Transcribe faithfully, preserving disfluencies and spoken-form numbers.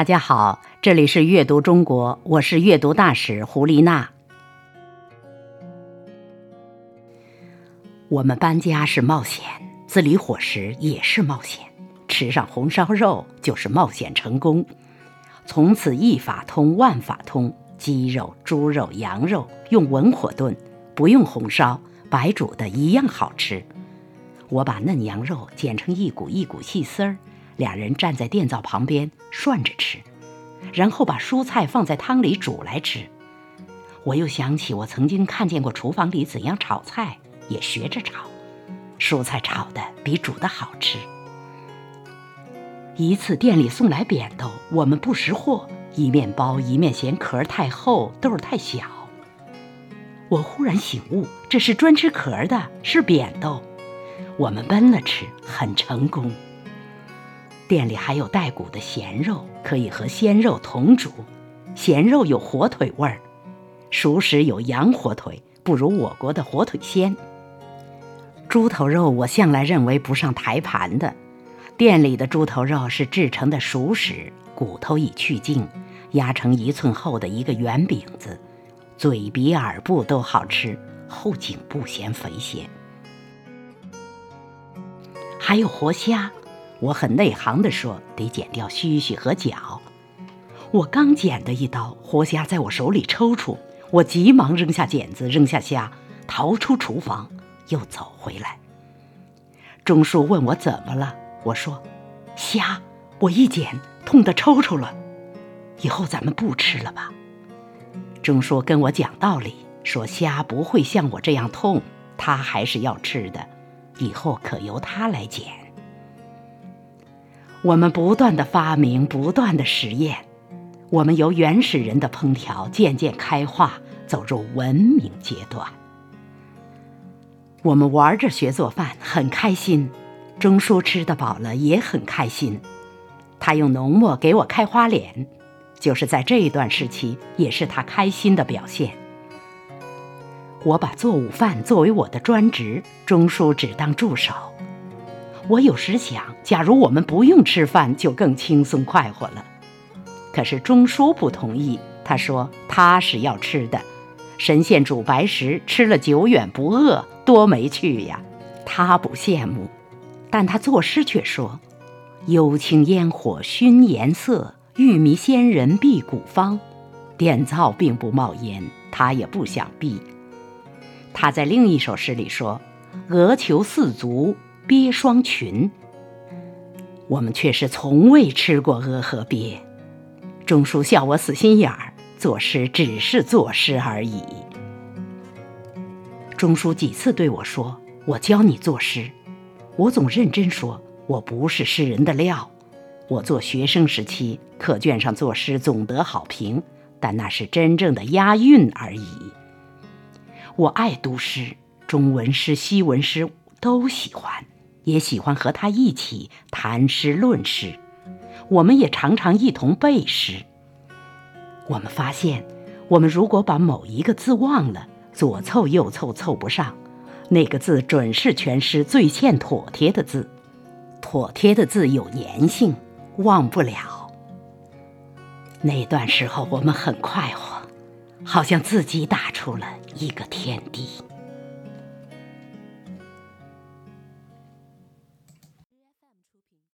大家好，这里是阅读中国，我是阅读大使胡丽娜。我们搬家是冒险，自理伙食也是冒险，吃上红烧肉就是冒险成功。从此一法通万法通，鸡肉、猪肉、羊肉用文火炖，不用红烧，白煮的一样好吃。我把嫩羊肉剪成一股一股细丝儿，俩人站在电灶旁边涮着吃，然后把蔬菜放在汤里煮来吃。我又想起我曾经看见过厨房里怎样炒菜，也学着炒，蔬菜炒的比煮的好吃。一次店里送来扁豆，我们不识货，一面包一面嫌壳太厚，豆儿太小。我忽然醒悟，这是专吃壳的，是扁豆。我们焖了吃，很成功。店里还有带骨的咸肉，可以和鲜肉同煮。咸肉有火腿味儿，熟食有羊火腿，不如我国的火腿鲜。猪头肉我向来认为不上台盘的，店里的猪头肉是制成的熟食，骨头已去净，压成一寸厚的一个圆饼子，嘴鼻耳部都好吃，后颈部嫌肥些。还有活虾，我很内行地说，得剪掉须须和脚。我刚剪的一刀，活虾在我手里抽搐，我急忙扔下剪子，扔下虾，逃出厨房，又走回来。钟叔问我怎么了，我说虾，我一剪痛得抽抽了，以后咱们不吃了吧。钟叔跟我讲道理，说虾不会像我这样痛，他还是要吃的，以后可由他来剪。我们不断的发明，不断的实验，我们由原始人的烹调渐渐开化，走入文明阶段。我们玩着学做饭，很开心。钟叔吃得饱了，也很开心。他用浓墨给我开花脸，就是在这一段时期，也是他开心的表现。我把做午饭作为我的专职，钟叔只当助手。我有时想，假如我们不用吃饭，就更轻松快活了。可是钟叔不同意，他说他是要吃的，神仙煮白食，吃了久远不饿，多没趣呀。他不羡慕，但他作诗却说：幽青烟火熏颜色，玉米鲜人避古方。电灶并不冒烟，他也不想避。他在另一首诗里说：鹅裘四足，鳖双群。我们却是从未吃过鹅和鳖。钟叔笑我死心眼儿，作诗只是作诗而已。钟叔几次对我说：我教你作诗。我总认真说，我不是诗人的料。我做学生时期，课卷上作诗总得好评，但那是真正的押韵而已。我爱读诗，中文诗、西文诗都喜欢，也喜欢和他一起谈诗论诗。我们也常常一同背诗。我们发现，我们如果把某一个字忘了，左凑右凑凑不上，那个字准是全诗最欠妥帖的字。妥帖的字有粘性，忘不了。那段时候我们很快活，好像自己打出了一个天地。